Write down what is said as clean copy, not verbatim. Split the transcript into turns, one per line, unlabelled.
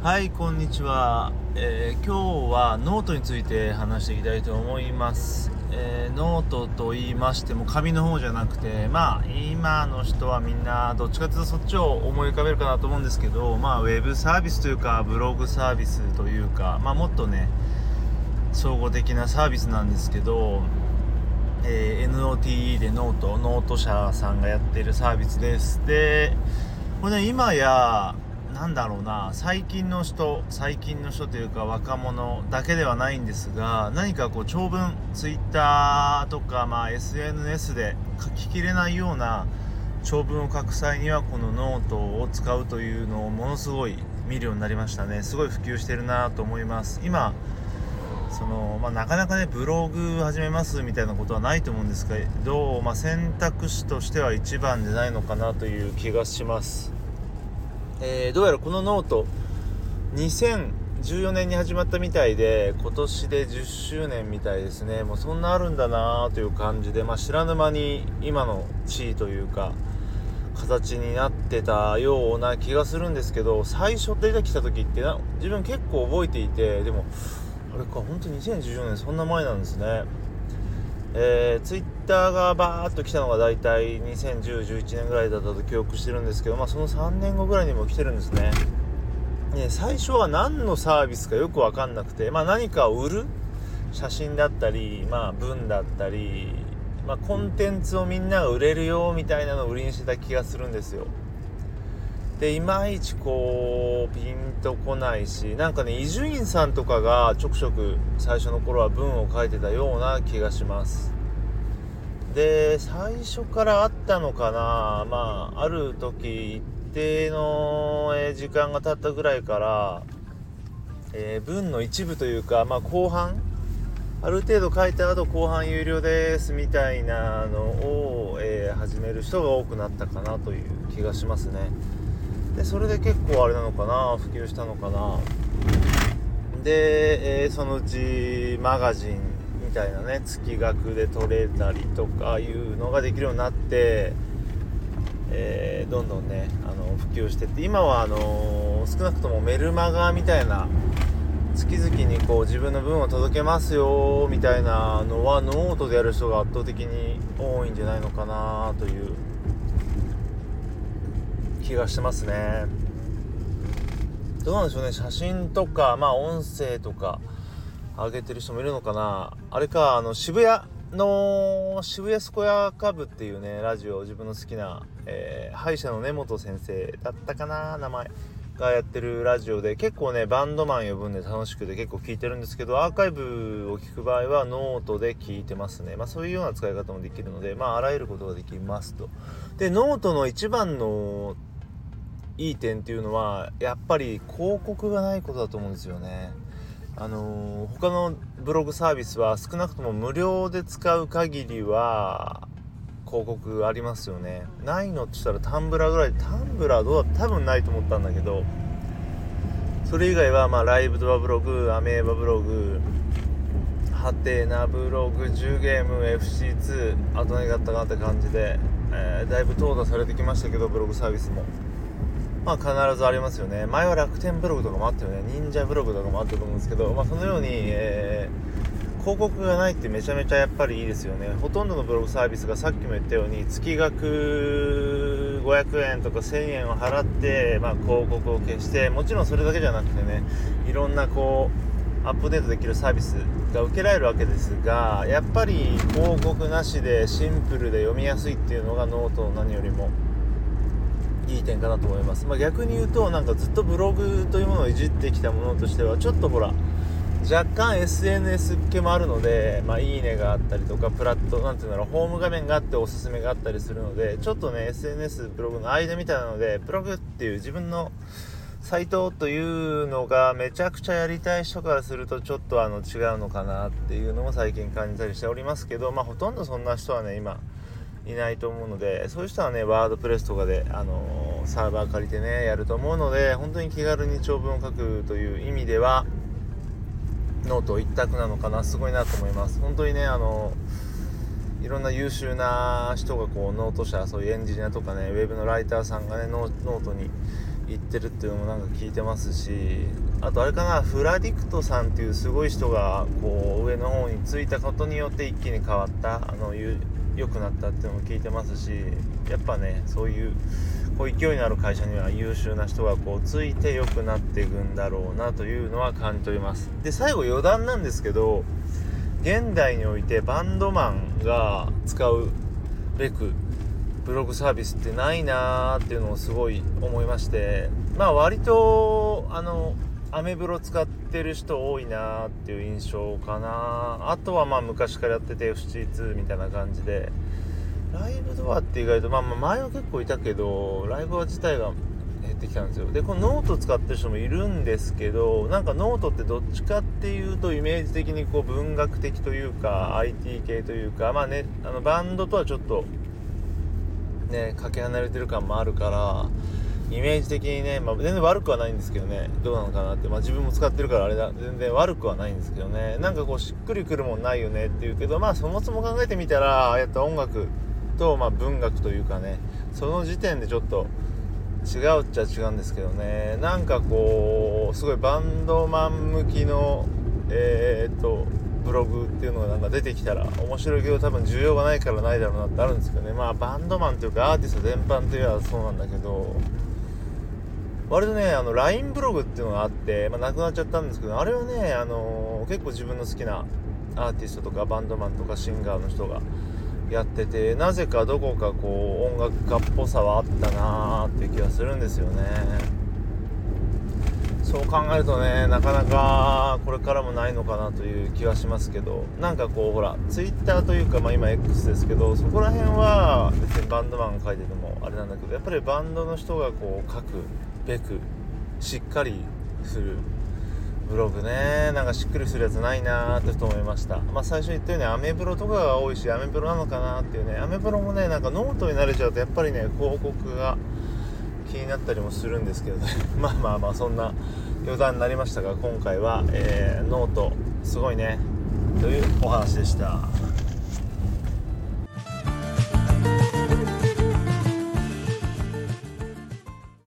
はい、こんにちは。今日はノートについて話していきたいと思います。ノートと言いましても紙の方じゃなくて、今の人はみんなどっちかというとそっちを思い浮かべるかなと思うんですけど、ウェブサービスというかブログサービスというか、もっとね総合的なサービスなんですけど、NOTE でノート社さんがやっているサービスです。で、これね、今や最近の人というか若者だけではないんですが、何かこう長文、ツイッターとか、SNS で書ききれないような長文を書く際にはこのノートを使うというのをものすごい見るようになりましたね。すごい普及してるなと思います。今なかなかねブログ始めますみたいなことはないと思うんですけど、選択肢としては一番じゃないのかなという気がします。どうやらこのノート2014年に始まったみたいで、今年で10周年みたいですね。もうそんなあるんだなという感じで、知らぬ間に今の地位というか形になってたような気がするんですけど、最初出てきた時って自分結構覚えていて、でもあれか、本当に2014年そんな前なんですね。ツイッターがバーッと来たのがだいたい2010、11年ぐらいだったと記憶してるんですけど、その3年後ぐらいにも来てるんですね。最初は何のサービスかよく分かんなくて、何かを売る写真だったり、文だったり、コンテンツをみんなが売れるよみたいなのを売りにしてた気がするんですよ。で、いまいちこうピンとこないし、伊集院さんとかがちょくちょく最初の頃は文を書いてたような気がします。で、最初からあったのかな、ある時一定の時間が経ったぐらいから、文の一部というか、後半ある程度書いた後後半有料ですみたいなのを、始める人が多くなったかなという気がしますね。で、それで結構あれなのかな、普及したのかな。で、そのうちマガジンみたいなね、月額で取れたりとかいうのができるようになって、どんどんね普及してって、今は少なくともメルマガみたいな月々にこう自分の分を届けますよみたいなのはノートでやる人が圧倒的に多いんじゃないのかなという気がしてますね。どうなんでしょうね。写真とか音声とか上げてる人もいるのかな。あれか、渋谷スコヤカブっていうねラジオ、自分の好きな、歯医者の根本先生だったかな、名前がやってるラジオで、結構ねバンドマン呼ぶんで楽しくて結構聞いてるんですけど、アーカイブを聞く場合はノートで聞いてますね。そういうような使い方もできるので、あらゆることができますと。で、ノートの一番のいい点っていうのはやっぱり広告がないことだと思うんですよね。他のブログサービスは少なくとも無料で使う限りは広告ありますよね。ないのって言ったらタンブラーぐらい。タンブラーどうだ、多分ないと思ったんだけど、それ以外はライブドアブログ、アメーバブログ、ハテナブログ、10ゲーム、 FC2、 あと何があったかなって感じで、だいぶ淘汰されてきましたけど、ブログサービスも必ずありますよね。前は楽天ブログとかもあったよね。忍者ブログとかもあったと思うんですけど、そのように、広告がないってめちゃめちゃやっぱりいいですよね。ほとんどのブログサービスがさっきも言ったように月額500円とか1000円を払って、広告を消して、もちろんそれだけじゃなくてね、いろんなアップデートできるサービスが受けられるわけですが、やっぱり広告なしでシンプルで読みやすいっていうのがノートの何よりもいい点かなと思います。逆に言うとずっとブログというものをいじってきたものとしては、ちょっと若干 SNS 系もあるので、いいねがあったりとか、ホーム画面があっておすすめがあったりするので、ちょっとね SNS ブログの間みたいなので、ブログっていう自分のサイトというのがめちゃくちゃやりたい人からするとちょっと違うのかなっていうのも最近感じたりしておりますけど、ほとんどそんな人はね今いないと思うので、そういう人はねワードプレスとかで、サーバー借りてねやると思うので、本当に気軽に長文を書くという意味ではノート一択なのかな。すごいなと思います。本当にねいろんな優秀な人がノート社、そういうエンジニアとかねウェブのライターさんがねノートに行ってるっていうのもなんか聞いてますし、あとあれかな、フラディクトさんっていうすごい人がこう上の方についたことによって一気に変わった良くなったっていうのも聞いてますし、やっぱねそういうこう勢いのある会社には優秀な人がこうついて良くなっていくんだろうなというのは感じております。で最後余談なんですけど、現代においてバンドマンが使うべくブログサービスってないなーっていうのをすごい思いまして、割とアメブロ使ってる人多いなーっていう印象かな。あとは昔からやってて FC2 みたいな感じで、ライブドアって意外と前は結構いたけどライブドア自体が減ってきたんですよ。でこのノート使ってる人もいるんですけど、なんかノートってどっちかっていうとイメージ的にこう文学的というか IT 系というかバンドとはちょっとねかけ離れてる感もあるからイメージ的にね、全然悪くはないんですけどね、どうなのかなって、自分も使ってるからあれだ、全然悪くはないんですけどね、なんかこうしっくりくるもんないよねっていうけど、そもそも考えてみたらああやった音楽と文学というかね、その時点でちょっと違うっちゃ違うんですけどね、なんかこうすごいバンドマン向きのブログっていうのがなんか出てきたら面白いけど、多分需要がないからないだろうなってあるんですけどね。バンドマンというかアーティスト全般というのはそうなんだけど、割とねLINE ブログっていうのがあって、なくなっちゃったんですけど、あれはね結構自分の好きなアーティストとかバンドマンとかシンガーの人がやってて、なぜかどこかこう音楽家っぽさはあったなーっていう気がするんですよね。そう考えるとね、なかなかこれからもないのかなという気はしますけど、なんかこうほらツイッターというか、今 X ですけど、そこら辺は別にバンドマンが書いててもあれなんだけど、やっぱりバンドの人がこう書くべくしっかりするブログね、なんかしっくりするやつないなーってと思いました。最初に言ったようにアメブロとかが多いし、アメブロなのかなっていうね。アメブロもね、なんかノートに慣れちゃうとやっぱりね広告が気になったりもするんですけどねそんな余談になりましたが、今回は、ノートすごいねというお話でした。